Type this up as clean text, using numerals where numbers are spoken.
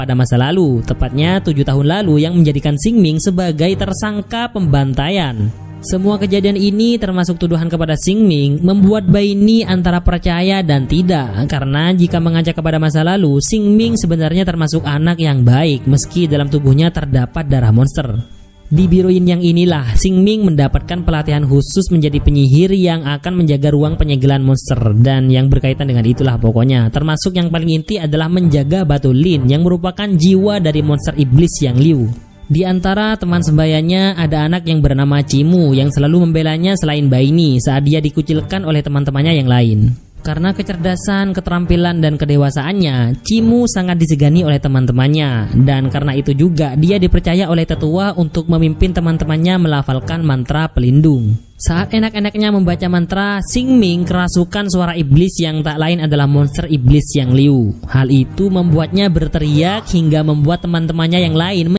pada masa lalu, tepatnya 7 tahun lalu, yang menjadikan Xingming sebagai tersangka pembantaian. Semua kejadian ini termasuk tuduhan kepada Xingming membuat Baini antara percaya dan tidak, karena jika mengajak kepada masa lalu, Xingming sebenarnya termasuk anak yang baik meski dalam tubuhnya terdapat darah monster. Di biro yin yang inilah Xingming mendapatkan pelatihan khusus menjadi penyihir yang akan menjaga ruang penyegelan monster, dan yang berkaitan dengan itulah pokoknya. Termasuk yang paling inti adalah menjaga batu lin yang merupakan jiwa dari monster iblis yang Liu. Di antara teman sembayanya ada anak yang bernama Cimu yang selalu membelanya selain Baini saat dia dikucilkan oleh teman-temannya yang lain. Karena kecerdasan, keterampilan, dan kedewasaannya, Cimu sangat disegani oleh teman-temannya. Dan karena itu juga dia dipercaya oleh tetua untuk memimpin teman-temannya melafalkan mantra pelindung. Saat enak-enaknya membaca mantra, Xingming kerasukan suara iblis yang tak lain adalah monster iblis yang Liu. Hal itu membuatnya berteriak hingga membuat teman-temannya yang lain